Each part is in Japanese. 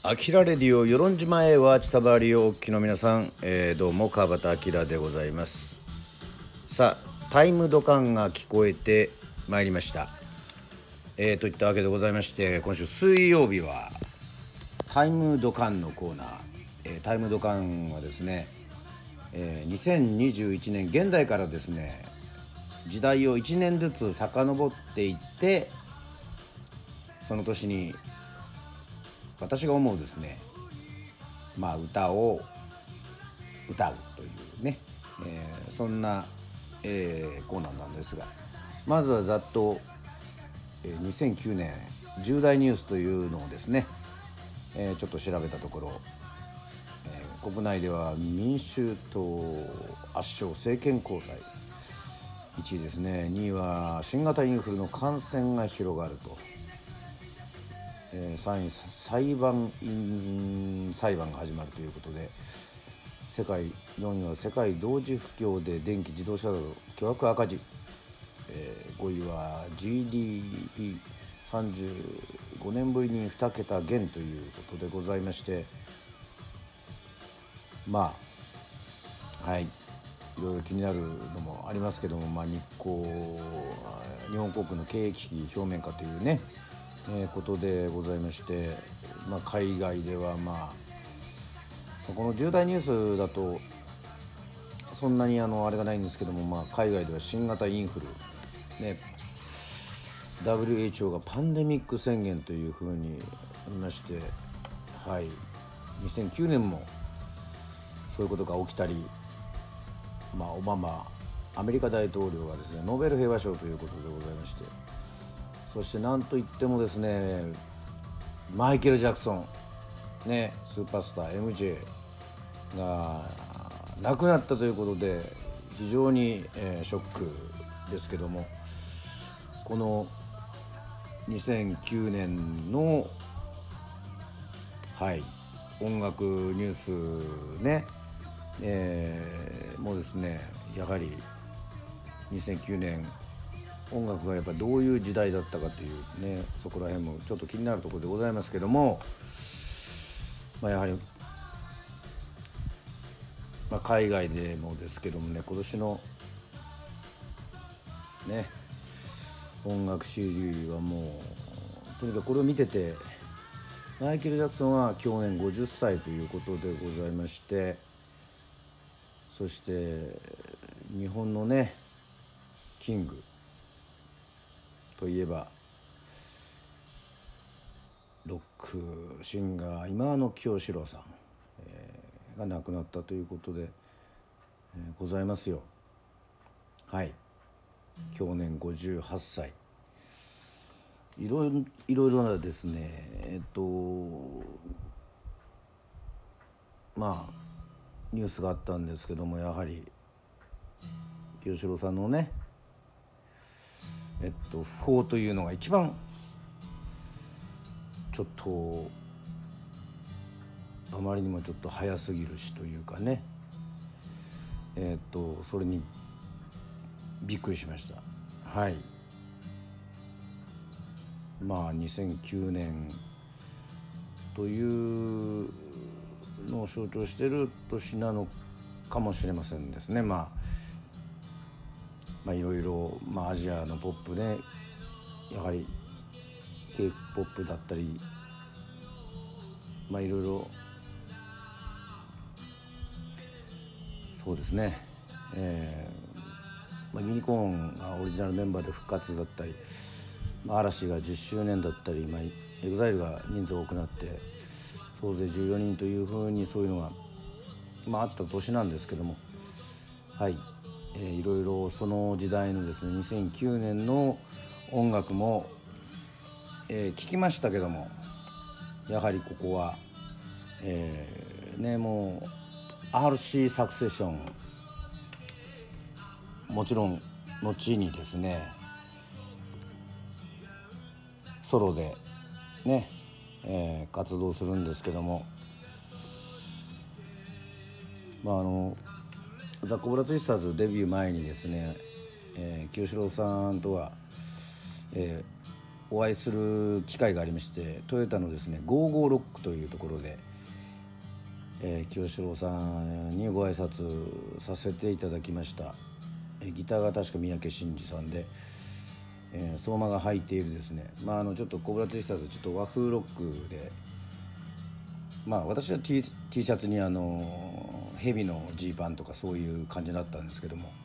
アキラレディオ与論島へはちたばりをお聞きの皆さん、どうも川端明でございます。さあタイムドカンが聞こえてまいりました。といったわけでございまして、今週水曜日はタイムドカンのコーナー、タイムドカンはですね、2021年現代からですね、時代を1年ずつ遡っていって、その年に私が思うですね、歌を歌うというね、そんな、コーナーなんですが、まずはざっと、2009年重大ニュースというのをですね、ちょっと調べたところ、国内では民衆党圧勝、政権交代、1位ですね。2位は新型インフルの感染が広がると、3位裁判が始まるということで、4位は世界同時不況で電気自動車など巨額赤字、5位は GDP35 年ぶりに2桁減ということでございまして、はい、いろいろ気になるのもありますけども、日本航空の経営危機表面化というね、ことでございまして、海外ではこの重大ニュースだとそんなにあれがないんですけども、海外では新型インフルね、WHO がパンデミック宣言というふうにありまして、はい、2009年もそういうことが起きたり、オバマアメリカ大統領がですね、ノーベル平和賞ということでございまして、そしてなんといってもですね、マイケル・ジャクソンね、スーパースター MJ が亡くなったということで、非常に、ショックですけども、この2009年の音楽ニュースね、もうですね、やはり2009年音楽がやっぱどういう時代だったかというね、そこら辺もちょっと気になるところでございますけども、やはり、海外でもですけどもね、今年のね音楽 CD はもうとにかくこれを見てて、マイケル・ジャクソンは去年50歳ということでございまして、そして日本のねキングといえばロックシンガー今野清志郎さん、が亡くなったということで、ございますよ。はい、去年58歳。いろいろなですね、ニュースがあったんですけども、やはり清志郎さんのね、訃報というのが一番ちょっとあまりにもちょっと早すぎるしというかね、それにびっくりしました。はい、2009年というのを象徴している年なのかもしれませんですね。いろいろ、アジアのポップね、やはり K-POP だったり、いろいろそうですね、ユニコーンがオリジナルメンバーで復活だったり、嵐が10周年だったり、EXILE が人数多くなって総勢14人というふうに、そういうのが、あった年なんですけども、はい、いろいろその時代のですね、2009年の音楽も、聞きましたけども、やはりここは、もう RC サクセション、もちろん後にですねソロでね、活動するんですけども、ザ・コブラツイスターズデビュー前にですね、清志郎さんとは、 お会いする機会がありまして、トヨタのですね55ロックというところで、清志郎さんにご挨拶させていただきました。ギターが確か三宅伸二さんで、相馬が履いているですね、ちょっとコブラツイスターズちょっと和風ロックで、私は T シャツにヘビのジーパンとかそういう感じだったんですけども、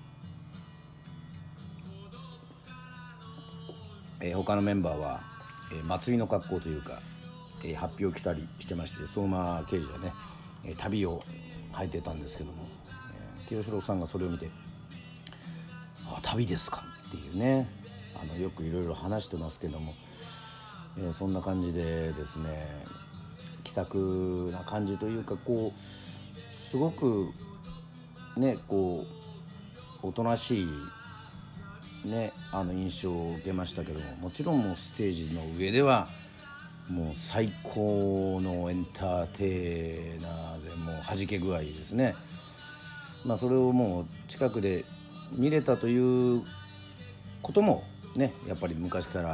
他のメンバーは、祭りの格好というか、発表を着たりしてまして、相馬刑事はね、旅を履いてたんですけども、清志郎さんがそれを見て、旅ですかっていうね、よくいろいろ話してますけども、そんな感じでですね、気さくな感じというか、すごくねおとなしいね印象を受けましたけども、もちろんもうステージの上ではもう最高のエンターテイナーでもう弾け具合ですね。それをもう近くで見れたということもね、やっぱり昔から、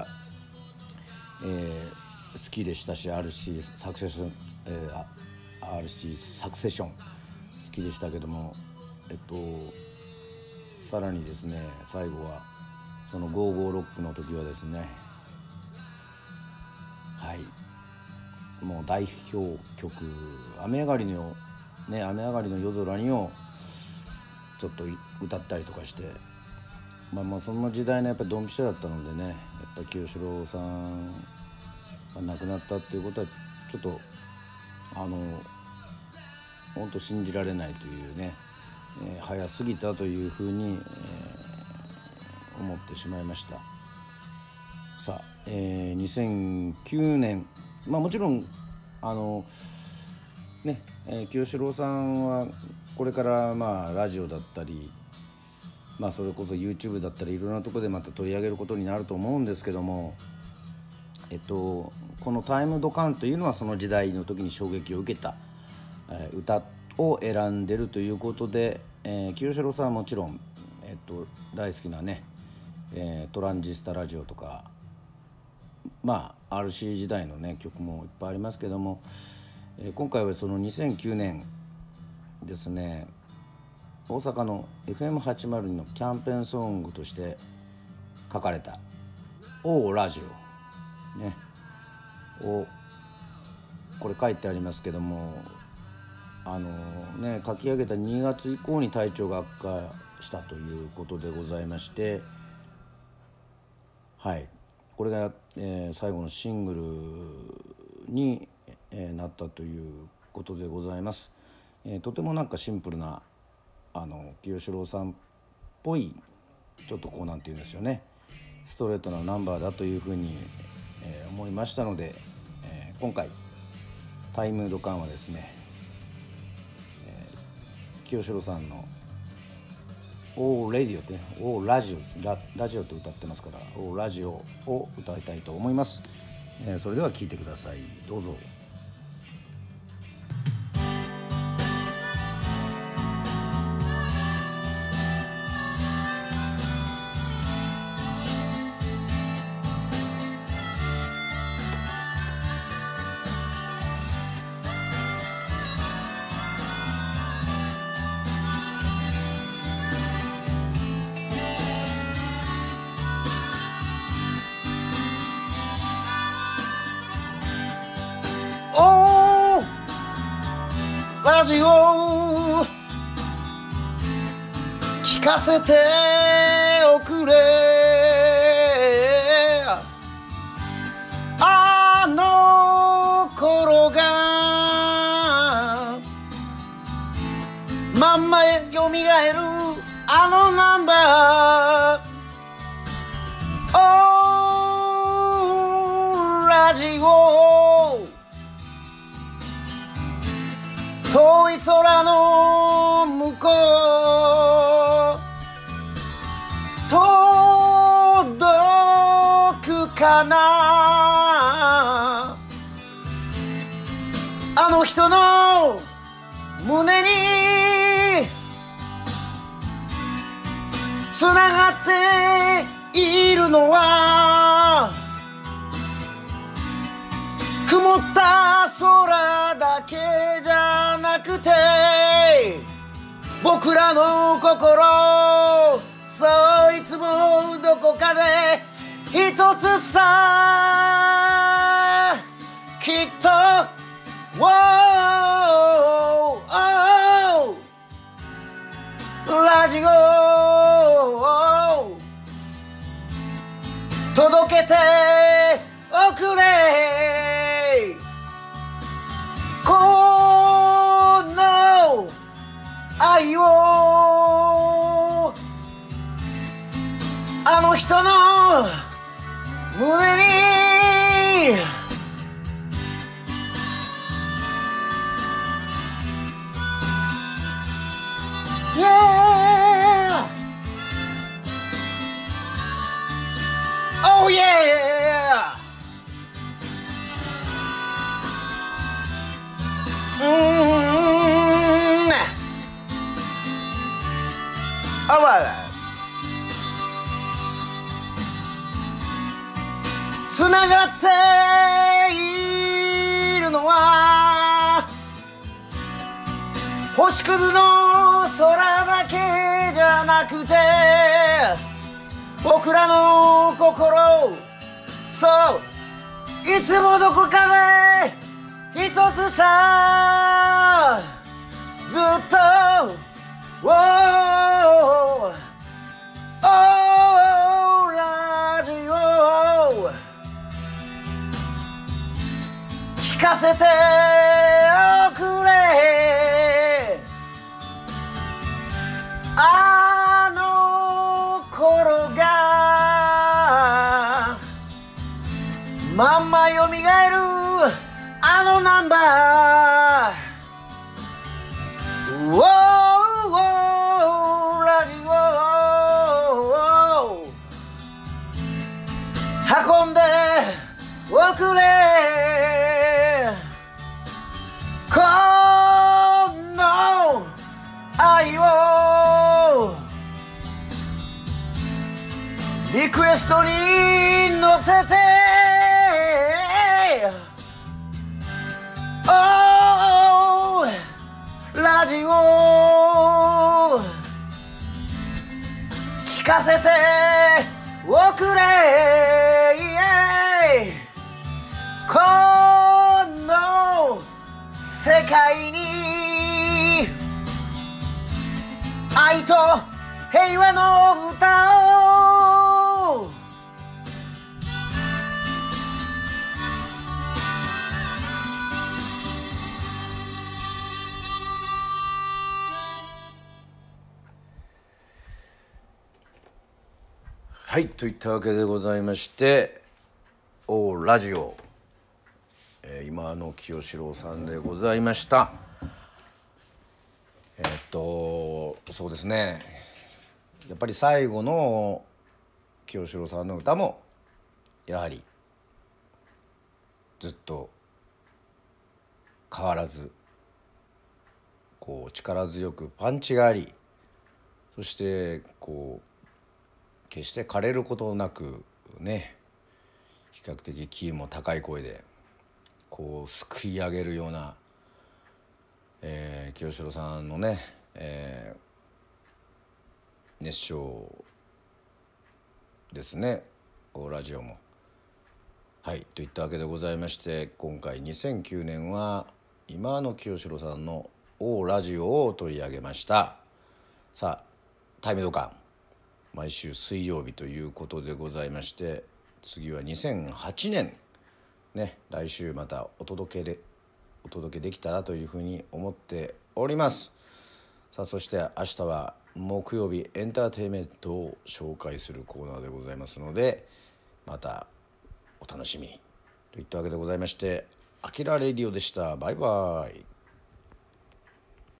好きでしたし、RC サクセション、RC サクセション好きでしたけども、さらにですね、最後はその55ロックの時はですね、もう代表曲雨上がりの夜空にをちょっと歌ったりとかして、そんな時代のやっぱりドンピシャだったのでね、やっぱり清志郎さんが亡くなったっていうことはちょっと本当信じられないというね、早すぎたというふうに、思ってしまいました。さあ、2009年、もちろん清志郎さんはこれからラジオだったり、それこそ YouTube だったりいろんなところでまた取り上げることになると思うんですけども、このタイムドカンというのはその時代の時に衝撃を受けた、歌を選んでるということで、清志郎さんはもちろん、大好きなね、トランジスタラジオとか、RC 時代のね曲もいっぱいありますけども、今回はその2009年ですね、大阪の FM802 のキャンペーンソングとして書かれた「オーラジオ」ねをこれ書いてありますけども、書き上げた2月以降に体調が悪化したということでございまして、これが、最後のシングルに、なったということでございます。とてもシンプルな清志郎さんっぽい、ちょっとなんていうんですよね、ストレートなナンバーだというふうに、思いましたので、今回タイムドカンはですね、清志郎さんのオーレディオってね、オーラジオです。ラジオって歌ってますから、オーラジオを歌いたいと思います。それでは聴いてください。どうぞ。ラジオ聞かせておくれ、あの頃がまんまへよみがえるあのナンバー、ラジオ遠い空の向こう届くかな、あの人の胸につながっているのはった空だけじゃなくて僕らの心そういつもどこかで一つさきっとラジオ届けておくれこの愛をあの人の胸にYeah! Oh yeah! Alright. つながっているのは星屑の空だけじゃなくて僕らの心そういつもどこかで一つさずっとラジオ聞かせておくれあの頃がまんまよみがえるあのナンバーラジオ運んでおくれこの愛をリクエストに乗せてラジオ聞かせておくれこの世界に愛と平和の歌をはい、といったわけでございましてラジオ、今の清志郎さんでございました。そうですねやっぱり最後の清志郎さんの歌もやはりずっと変わらずこう力強くパンチがありそしてこう決して枯れることなくね比較的キーも高い声でこうすくい上げるような、清志郎さんのね、熱唱ですねラジオも。はいといったわけでございまして今回2009年は今の清志郎さんのラジオを取り上げました。さあタイムドカン毎週水曜日ということでございまして次は2008年ね来週またお届けできたらというふうに思っております。さあそして明日は木曜日エンターテインメントを紹介するコーナーでございますのでまたお楽しみにといったわけでございましてアキラレディオでした。バイバイ。